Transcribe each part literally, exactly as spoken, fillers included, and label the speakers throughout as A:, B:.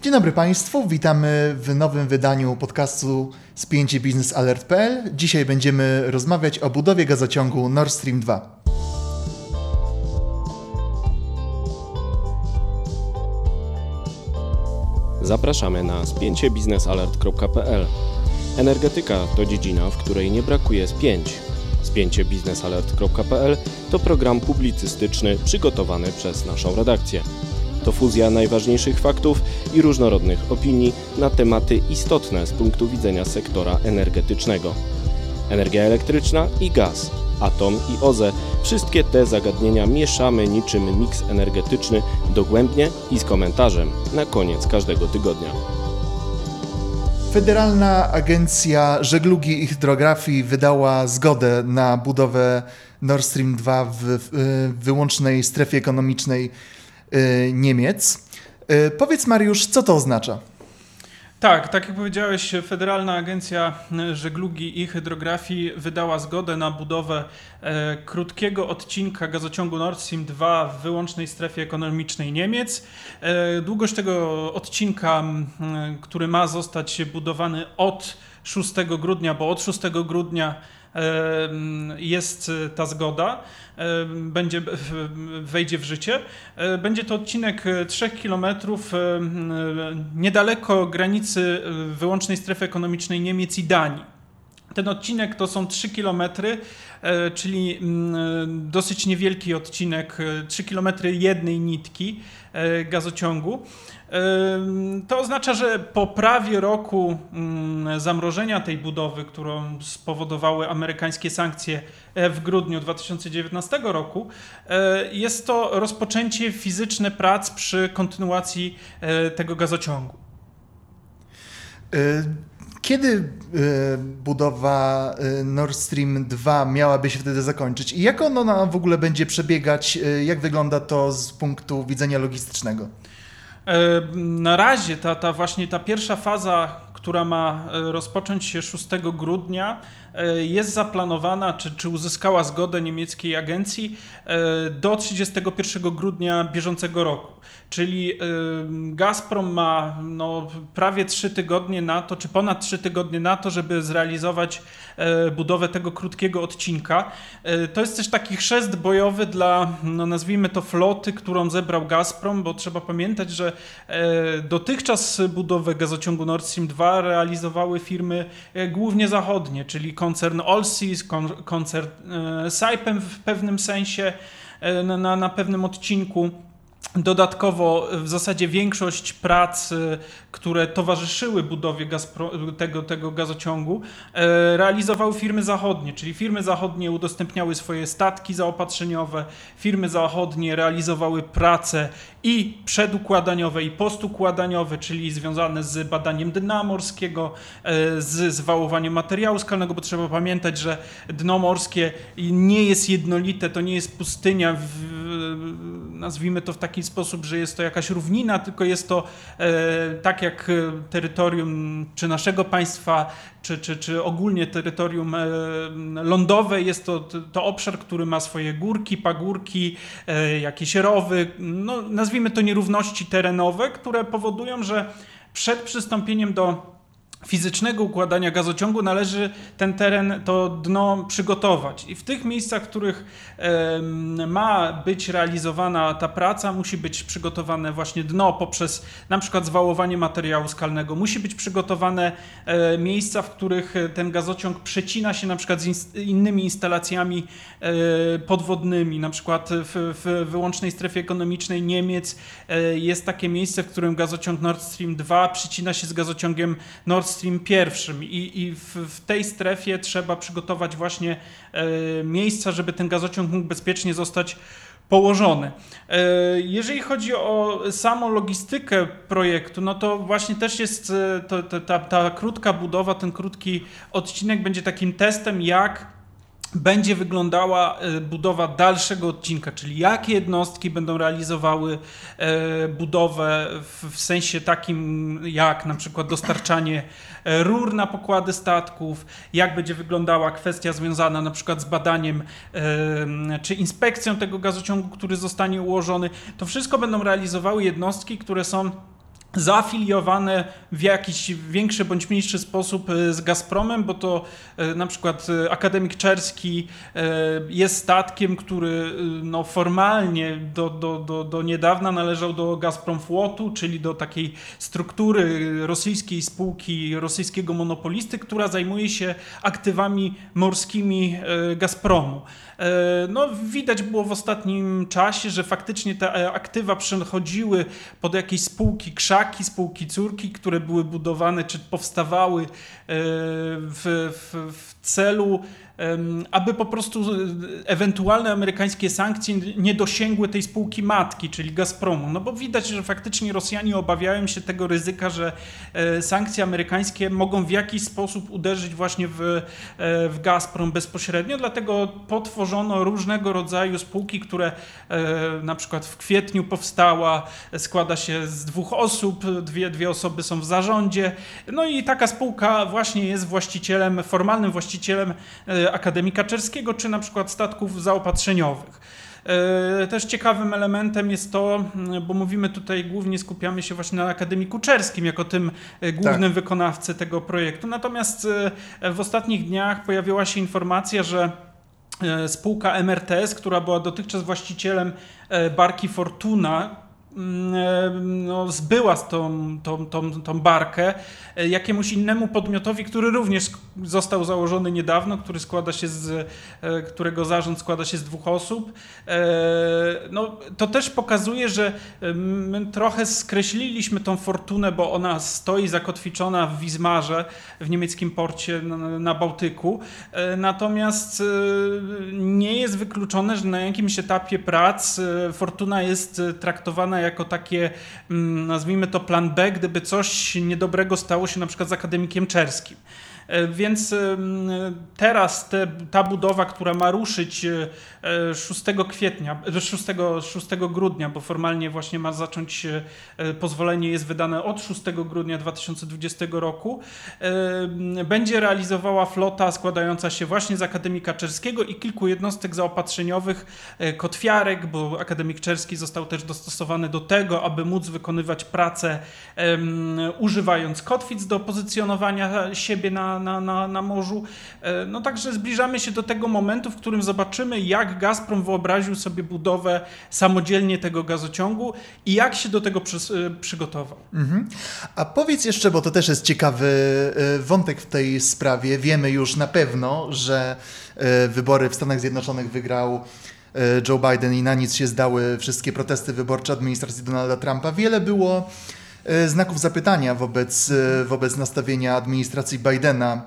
A: Dzień dobry Państwu, witamy w nowym wydaniu podcastu Spięcie Biznes Alert kropka p l. Dzisiaj będziemy rozmawiać o budowie gazociągu Nord Stream dwa.
B: Zapraszamy na spięcie biznes alert kropka p l. Energetyka to dziedzina, w której nie brakuje spięć. spięcie biznes alert kropka p l to program publicystyczny przygotowany przez naszą redakcję. To fuzja najważniejszych faktów i różnorodnych opinii na tematy istotne z punktu widzenia sektora energetycznego. Energia elektryczna i gaz, atom i O Z E, wszystkie te zagadnienia mieszamy niczym miks energetyczny dogłębnie i z komentarzem na koniec każdego tygodnia.
A: Federalna Agencja Żeglugi i Hydrografii wydała zgodę na budowę Nord Stream dwa w, w wyłącznej strefie ekonomicznej Niemiec. Powiedz, Mariusz, co to oznacza?
C: Tak, tak jak powiedziałeś, Federalna Agencja Żeglugi i Hydrografii wydała zgodę na budowę e, krótkiego odcinka gazociągu Nord Stream dwa w wyłącznej strefie ekonomicznej Niemiec. E, długość tego odcinka, m, który ma zostać budowany od szóstego grudnia, bo od szóstego grudnia jest ta zgoda, będzie, wejdzie w życie. Będzie to odcinek trzech kilometrów niedaleko granicy wyłącznej strefy ekonomicznej Niemiec i Danii. Ten odcinek to są trzy kilometry, czyli dosyć niewielki odcinek, trzy kilometry jednej nitki gazociągu. To oznacza, że po prawie roku zamrożenia tej budowy, którą spowodowały amerykańskie sankcje w grudniu dwa tysiące dziewiętnastego roku, jest to rozpoczęcie fizyczne prac przy kontynuacji tego gazociągu.
A: Kiedy budowa Nord Stream dwa miałaby się wtedy zakończyć i jak ona w ogóle będzie przebiegać, jak wygląda to z punktu widzenia logistycznego?
C: Na razie ta, ta właśnie ta pierwsza faza, która ma rozpocząć się szóstego grudnia, jest zaplanowana, czy, czy uzyskała zgodę niemieckiej agencji do trzydziestego pierwszego grudnia bieżącego roku. Czyli Gazprom ma no, prawie trzy tygodnie na to, czy ponad trzy tygodnie na to, żeby zrealizować budowę tego krótkiego odcinka. To jest też taki chrzest bojowy dla, no, nazwijmy to, floty, którą zebrał Gazprom, bo trzeba pamiętać, że dotychczas budowę gazociągu Nord Stream dwa realizowały firmy głównie zachodnie, czyli koncern Allseas, koncern Saipem w pewnym sensie na, na, na pewnym odcinku. Dodatkowo w zasadzie większość prac, które towarzyszyły budowie Gazpro- tego, tego gazociągu, realizowały firmy zachodnie, czyli firmy zachodnie udostępniały swoje statki zaopatrzeniowe, firmy zachodnie realizowały prace i przedukładaniowe, i postukładaniowe, czyli związane z badaniem dna morskiego, z zwałowaniem materiału skalnego, bo trzeba pamiętać, że dno morskie nie jest jednolite, to nie jest pustynia, w, nazwijmy to w taki sposób, że jest to jakaś równina, tylko jest to e, tak jak terytorium czy naszego państwa, czy, czy, czy ogólnie terytorium e, lądowe, jest to, to obszar, który ma swoje górki, pagórki, e, jakieś rowy, no, nazwijmy to nierówności terenowe, które powodują, że przed przystąpieniem do fizycznego układania gazociągu należy ten teren, to dno przygotować. I w tych miejscach, w których e, ma być realizowana ta praca, musi być przygotowane właśnie dno poprzez na przykład zwałowanie materiału skalnego. Musi być przygotowane e, miejsca, w których ten gazociąg przecina się na przykład z in, innymi instalacjami e, podwodnymi. Na przykład w, w wyłącznej strefie ekonomicznej Niemiec e, jest takie miejsce, w którym gazociąg Nord Stream dwa przecina się z gazociągiem Nord Stream pierwszym i, i w, w tej strefie trzeba przygotować właśnie e, miejsca, żeby ten gazociąg mógł bezpiecznie zostać położony. E, jeżeli chodzi o samą logistykę projektu, no to właśnie też jest to, to, ta, ta krótka budowa, ten krótki odcinek będzie takim testem, jak będzie wyglądała budowa dalszego odcinka, czyli jakie jednostki będą realizowały budowę w sensie takim jak na przykład dostarczanie rur na pokłady statków, jak będzie wyglądała kwestia związana na przykład z badaniem czy inspekcją tego gazociągu, który zostanie ułożony. To wszystko będą realizowały jednostki, które są zaafiliowane w jakiś większy bądź mniejszy sposób z Gazpromem, bo to na przykład akademik Czerski jest statkiem, który no formalnie do, do, do, do niedawna należał do Gazprom Flotu, czyli do takiej struktury rosyjskiej spółki, rosyjskiego monopolisty, która zajmuje się aktywami morskimi Gazpromu. No, widać było w ostatnim czasie, że faktycznie te aktywa przechodziły pod jakieś spółki krzaki, spółki córki, które były budowane czy powstawały w, w, w celu, aby po prostu ewentualne amerykańskie sankcje nie dosięgły tej spółki matki, czyli Gazpromu. No bo widać, że faktycznie Rosjanie obawiają się tego ryzyka, że sankcje amerykańskie mogą w jakiś sposób uderzyć właśnie w, w Gazprom bezpośrednio, dlatego potworzono różnego rodzaju spółki, które na przykład w kwietniu powstała, składa się z dwóch osób, dwie, dwie osoby są w zarządzie, no i taka spółka właśnie jest właścicielem, formalnym właścicielem akademika Czerskiego, czy na przykład statków zaopatrzeniowych. Też ciekawym elementem jest to, bo mówimy tutaj głównie, skupiamy się właśnie na akademiku Czerskim jako tym głównym tak. wykonawcy tego projektu. Natomiast w ostatnich dniach pojawiła się informacja, że spółka M R T S, która była dotychczas właścicielem barki Fortuna, no, zbyła tą, tą, tą, tą barkę jakiemuś innemu podmiotowi, który również został założony niedawno, który składa się z, którego zarząd składa się z dwóch osób. No, to też pokazuje, że my trochę skreśliliśmy tą Fortunę, bo ona stoi zakotwiczona w Wismarze, w niemieckim porcie na, na Bałtyku. Natomiast nie jest wykluczone, że na jakimś etapie prac Fortuna jest traktowana jako takie, nazwijmy to plan B, gdyby coś niedobrego stało się na przykład z akademikiem Czerskim. Więc teraz te, ta budowa, która ma ruszyć szóstego kwietnia, szóstego grudnia, bo formalnie właśnie ma zacząć, pozwolenie jest wydane od szóstego grudnia dwa tysiące dwudziestego roku, będzie realizowała flota składająca się właśnie z akademika Czerskiego i kilku jednostek zaopatrzeniowych, kotwiarek, bo akademik Czerski został też dostosowany do tego, aby móc wykonywać pracę um, używając kotwic do pozycjonowania siebie na Na, na, na morzu. No także zbliżamy się do tego momentu, w którym zobaczymy, jak Gazprom wyobraził sobie budowę samodzielnie tego gazociągu i jak się do tego przy, przygotował. Mhm.
A: A powiedz jeszcze, bo to też jest ciekawy wątek w tej sprawie. Wiemy już na pewno, że wybory w Stanach Zjednoczonych wygrał Joe Biden i na nic się zdały wszystkie protesty wyborcze administracji Donalda Trumpa. Wiele było znaków zapytania wobec, wobec nastawienia administracji Bidena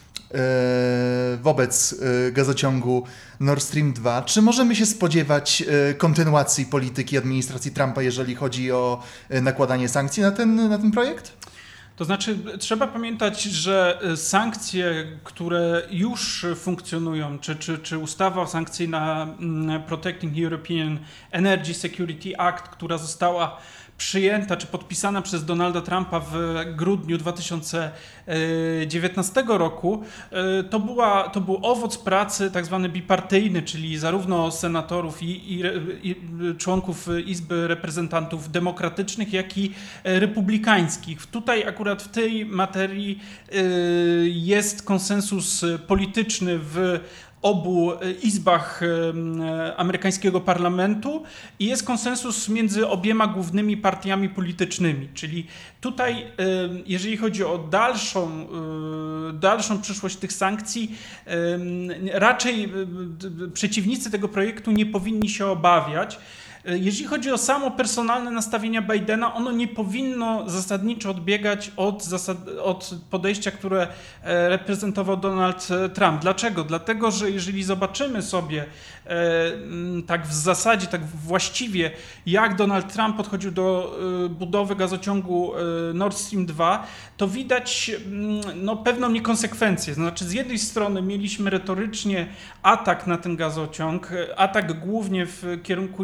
A: wobec gazociągu Nord Stream dwa. Czy możemy się spodziewać kontynuacji polityki administracji Trumpa, jeżeli chodzi o nakładanie sankcji na ten, na ten projekt?
C: To znaczy, trzeba pamiętać, że sankcje, które już funkcjonują, czy, czy, czy ustawa sankcyjna Protecting European Energy Security Act, która została przyjęta czy podpisana przez Donalda Trumpa w grudniu dwa tysiące dziewiętnastego roku, to, była, to był owoc pracy tak zwany bipartyjny, czyli zarówno senatorów i, i, i członków Izby Reprezentantów Demokratycznych, jak i republikańskich. Tutaj akurat w tej materii jest konsensus polityczny w obu izbach amerykańskiego parlamentu i jest konsensus między obiema głównymi partiami politycznymi, czyli tutaj jeżeli chodzi o dalszą, dalszą przyszłość tych sankcji, raczej przeciwnicy tego projektu nie powinni się obawiać. Jeżeli chodzi o samo personalne nastawienia Bidena, ono nie powinno zasadniczo odbiegać od, zasad, od podejścia, które reprezentował Donald Trump. Dlaczego? Dlatego, że jeżeli zobaczymy sobie tak w zasadzie, tak właściwie, jak Donald Trump podchodził do budowy gazociągu Nord Stream dwa, to widać no, pewną niekonsekwencję. Znaczy, z jednej strony mieliśmy retorycznie atak na ten gazociąg, atak głównie w kierunku niemieckim,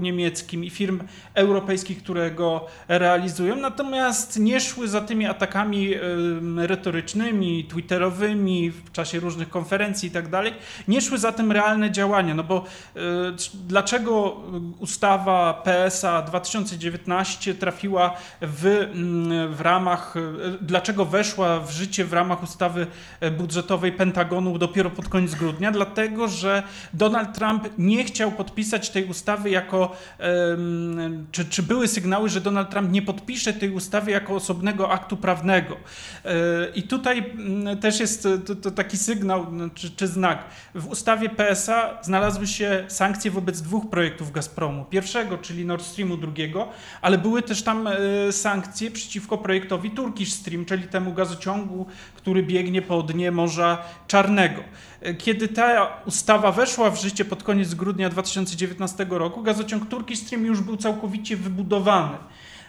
C: niemieckim i firm europejskich, które go realizują, natomiast nie szły za tymi atakami retorycznymi, twitterowymi, w czasie różnych konferencji i tak dalej, nie szły za tym realne działania, no bo dlaczego ustawa P S A dwa tysiące dziewiętnaście trafiła w, w ramach, dlaczego weszła w życie w ramach ustawy budżetowej Pentagonu dopiero pod koniec grudnia? Dlatego, że Donald Trump nie chciał podpisać tej ustawy jako, czy, czy były sygnały, że Donald Trump nie podpisze tej ustawy jako osobnego aktu prawnego. I tutaj też jest to, to taki sygnał, czy, czy znak. W ustawie P S A znalazły się sankcje wobec dwóch projektów Gazpromu. Pierwszego, czyli Nord Streamu drugiego, ale były też tam sankcje przeciwko projektowi Turkish Stream, czyli temu gazociągu, który biegnie po dnie Morza Czarnego. Kiedy ta ustawa weszła w życie pod koniec grudnia dwa tysiące dziewiętnastego roku, gazociąg Turkish Stream już był całkowicie wybudowany.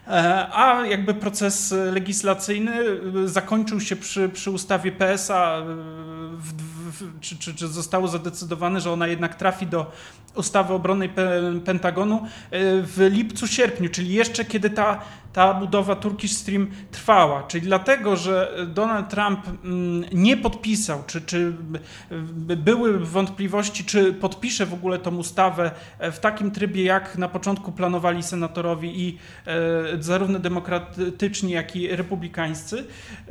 C: A jakby proces legislacyjny zakończył się przy, przy ustawie P S A, w, w, czy, czy, czy zostało zadecydowane, że ona jednak trafi do ustawy obronnej Pentagonu w lipcu, sierpniu, czyli jeszcze kiedy ta, ta budowa Turkish Stream trwała. Czyli dlatego, że Donald Trump nie podpisał, czy, czy były wątpliwości, czy podpisze w ogóle tą ustawę w takim trybie, jak na początku planowali senatorowi i zarówno demokratyczni, jak i republikańscy,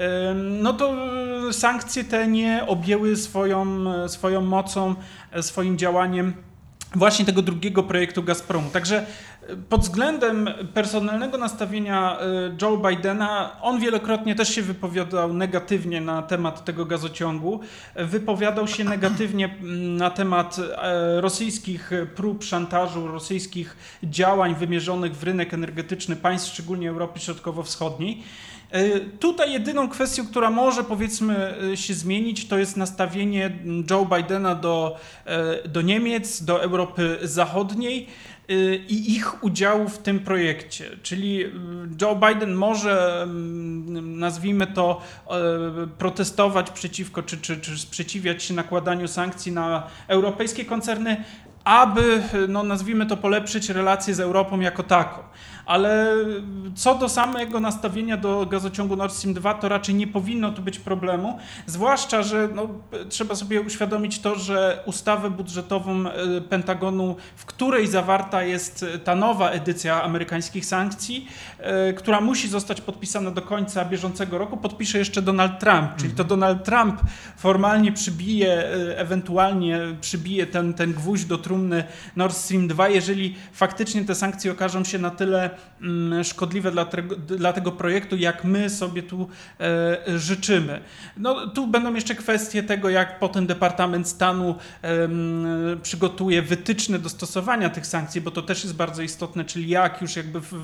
C: no to sankcje te nie objęły swoją, swoją mocą, swoim działaniem właśnie tego drugiego projektu Gazpromu. Także pod względem personalnego nastawienia Joe Bidena, on wielokrotnie też się wypowiadał negatywnie na temat tego gazociągu. Wypowiadał się negatywnie na temat rosyjskich prób szantażu, rosyjskich działań wymierzonych w rynek energetyczny państw, szczególnie Europy Środkowo-Wschodniej. Tutaj jedyną kwestią, która może powiedzmy się zmienić, to jest nastawienie Joe Bidena do, do Niemiec, do Europy Zachodniej i ich udziału w tym projekcie. Czyli Joe Biden może, nazwijmy to, protestować przeciwko, czy, czy, czy sprzeciwiać się nakładaniu sankcji na europejskie koncerny, aby, no nazwijmy to, polepszyć relacje z Europą jako taką. Ale co do samego nastawienia do gazociągu Nord Stream dwa, to raczej nie powinno tu być problemu, zwłaszcza, że no, trzeba sobie uświadomić to, że ustawę budżetową Pentagonu, w której zawarta jest ta nowa edycja amerykańskich sankcji, która musi zostać podpisana do końca bieżącego roku, podpisze jeszcze Donald Trump, czyli to Donald Trump formalnie przybije, ewentualnie przybije ten, ten gwóźdź do trumny Nord Stream dwa, jeżeli faktycznie te sankcje okażą się na tyle szkodliwe dla tego, dla tego projektu, jak my sobie tu e, życzymy. No, tu będą jeszcze kwestie tego, jak potem Departament Stanu e, przygotuje wytyczne do stosowania tych sankcji, bo to też jest bardzo istotne, czyli jak już jakby w,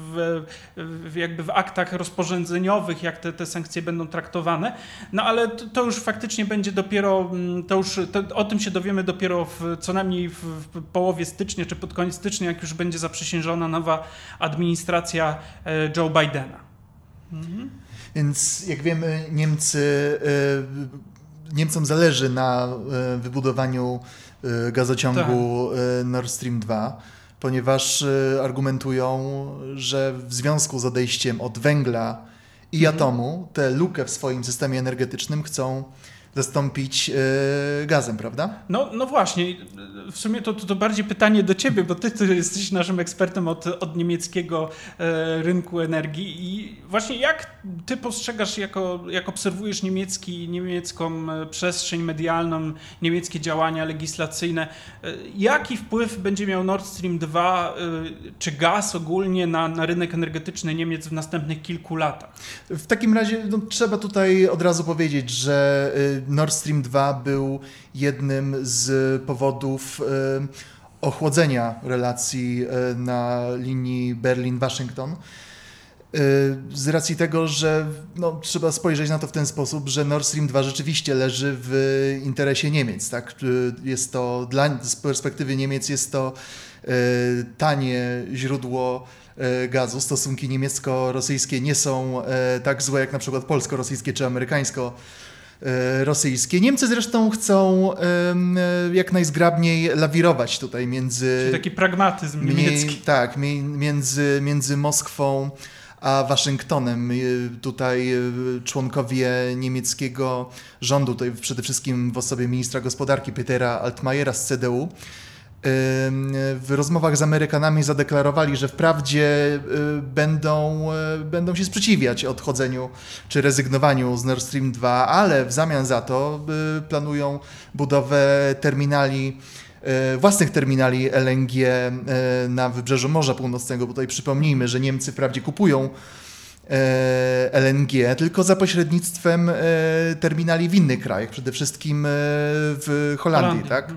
C: w, jakby w aktach rozporządzeniowych, jak te, te sankcje będą traktowane. No ale to, to już faktycznie będzie dopiero, to już to, o tym się dowiemy dopiero w, co najmniej w, w połowie stycznia, czy pod koniec stycznia, jak już będzie zaprzysiężona nowa administracja Joe Bidena.
A: Mhm. Więc jak wiemy, Niemcy, Niemcom zależy na wybudowaniu gazociągu tak. Nord Stream dwa, ponieważ argumentują, że w związku z odejściem od węgla i mhm. atomu tę lukę w swoim systemie energetycznym chcą zastąpić yy, gazem, prawda?
C: No, no właśnie, w sumie to, to, to bardziej pytanie do ciebie, bo ty, ty jesteś naszym ekspertem od, od niemieckiego e, rynku energii i właśnie jak ty postrzegasz, jako, jak obserwujesz niemiecki, niemiecką przestrzeń medialną, niemieckie działania legislacyjne, e, jaki wpływ będzie miał Nord Stream dwa, e, czy gaz ogólnie na, na rynek energetyczny Niemiec w następnych kilku latach?
A: W takim razie no, trzeba tutaj od razu powiedzieć, że y, Nord Stream dwa był jednym z powodów y, ochłodzenia relacji y, na linii Berlin-Waszyngton. Y, z racji tego, że no, trzeba spojrzeć na to w ten sposób, że Nord Stream dwa rzeczywiście leży w interesie Niemiec. Tak? Jest to, dla, z perspektywy Niemiec jest to y, tanie źródło gazu. Stosunki niemiecko-rosyjskie nie są tak złe jak na przykład polsko-rosyjskie czy amerykańsko rosyjskie. Niemcy zresztą chcą jak najzgrabniej lawirować tutaj między...
C: Czyli taki pragmatyzm niemiecki.
A: Mi, tak, mi, między, między Moskwą a Waszyngtonem. Tutaj członkowie niemieckiego rządu, tutaj przede wszystkim w osobie ministra gospodarki Petera Altmajera z C D U, w rozmowach z Amerykanami zadeklarowali, że wprawdzie będą, będą się sprzeciwiać odchodzeniu czy rezygnowaniu z Nord Stream dwa, ale w zamian za to planują budowę terminali, własnych terminali L N G na wybrzeżu Morza Północnego, bo tutaj przypomnijmy, że Niemcy wprawdzie kupują L N G, tylko za pośrednictwem terminali w innych krajach, przede wszystkim w Holandii, Holandii. tak?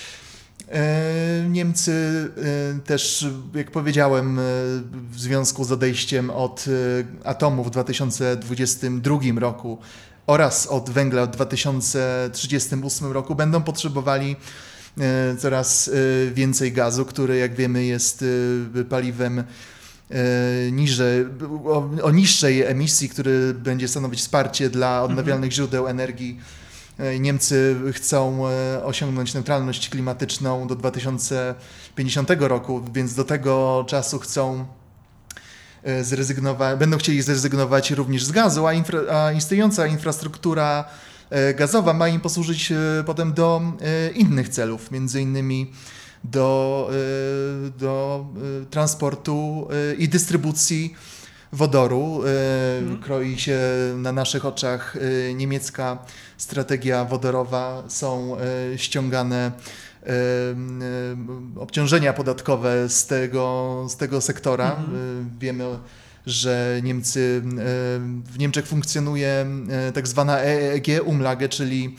A: Niemcy też, jak powiedziałem, w związku z odejściem od atomu w dwa tysiące dwudziestym drugim roku oraz od węgla w dwa tysiące trzydziestym ósmym roku będą potrzebowali coraz więcej gazu, który, jak wiemy, jest paliwem niżej, o, o niższej emisji, który będzie stanowić wsparcie dla odnawialnych źródeł energii. Niemcy chcą osiągnąć neutralność klimatyczną do dwa tysiące pięćdziesiątego roku, więc do tego czasu chcą zrezygnować, będą chcieli zrezygnować również z gazu, a, infra, a istniejąca infrastruktura gazowa ma im posłużyć potem do innych celów, między innymi do, do transportu i dystrybucji wodoru. Hmm. Kroi się na naszych oczach niemiecka strategia wodorowa, są ściągane obciążenia podatkowe z tego, z tego sektora. Hmm. Wiemy, że Niemcy, w Niemczech funkcjonuje tak zwana E E G-Umlage, czyli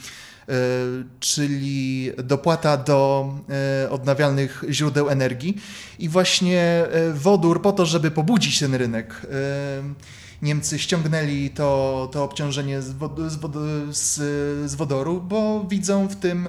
A: czyli dopłata do odnawialnych źródeł energii i właśnie wodór po to, żeby pobudzić ten rynek. Niemcy ściągnęli to, to obciążenie z, wod, z, wod, z, z wodoru, bo widzą w tym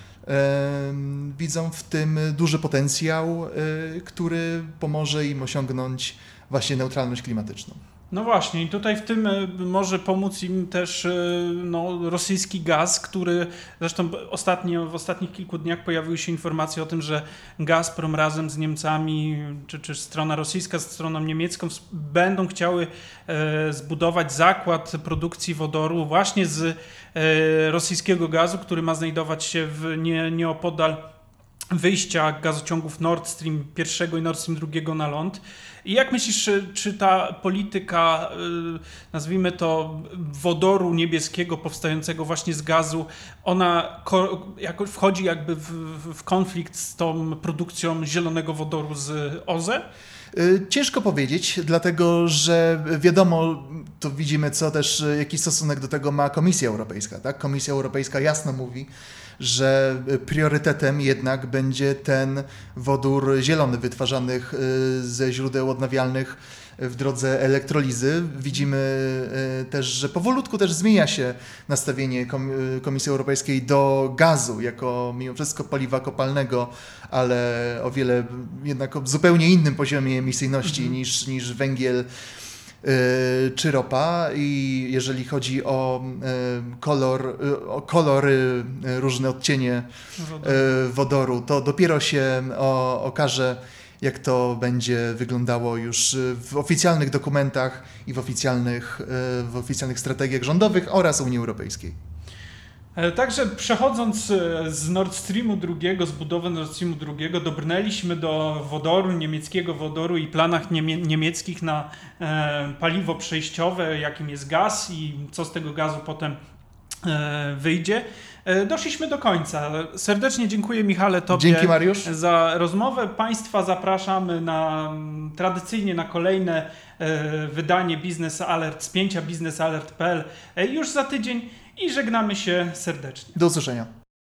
A: widzą w tym duży potencjał, który pomoże im osiągnąć właśnie neutralność klimatyczną.
C: No właśnie, i tutaj w tym może pomóc im też no, rosyjski gaz, który zresztą ostatnio, w ostatnich kilku dniach pojawiły się informacje o tym, że Gazprom razem z Niemcami, czy, czy strona rosyjska z stroną niemiecką będą chciały e, zbudować zakład produkcji wodoru właśnie z e, rosyjskiego gazu, który ma znajdować się w nie, nieopodal wyjścia gazociągów Nord Stream pierwszego i Nord Stream drugiego na ląd. I jak myślisz, czy ta polityka, nazwijmy to, wodoru niebieskiego powstającego właśnie z gazu, ona jakoś wchodzi jakby w, w konflikt z tą produkcją zielonego wodoru z O Z E?
A: Ciężko powiedzieć, dlatego że wiadomo, to widzimy, co też, jaki stosunek do tego ma Komisja Europejska. Tak? Komisja Europejska jasno mówi, że priorytetem jednak będzie ten wodór zielony wytwarzanych ze źródeł odnawialnych w drodze elektrolizy. Widzimy też, że powolutku też zmienia się nastawienie Komisji Europejskiej do gazu jako mimo wszystko paliwa kopalnego, ale o wiele jednak o zupełnie innym poziomie emisyjności mm-hmm. niż, niż węgiel czy ropa. I jeżeli chodzi o kolor, o kolory, różne odcienie wodoru, to dopiero się okaże, jak to będzie wyglądało już w oficjalnych dokumentach i w oficjalnych, w oficjalnych strategiach rządowych oraz Unii Europejskiej.
C: Także przechodząc z Nord Streamu drugiego, z budowy Nord Streamu drugiego, dobrnęliśmy do wodoru, niemieckiego wodoru i planach niemie- niemieckich na e, paliwo przejściowe, jakim jest gaz i co z tego gazu potem e, wyjdzie. E, doszliśmy do końca. Serdecznie dziękuję, Michale, Tobie
A: Dzięki, Mariusz.
C: za rozmowę. Państwa zapraszamy na tradycyjnie na kolejne e, wydanie Business Alert, spięcia biznes alert kropka p l e, już za tydzień. I żegnamy się serdecznie.
A: Do usłyszenia.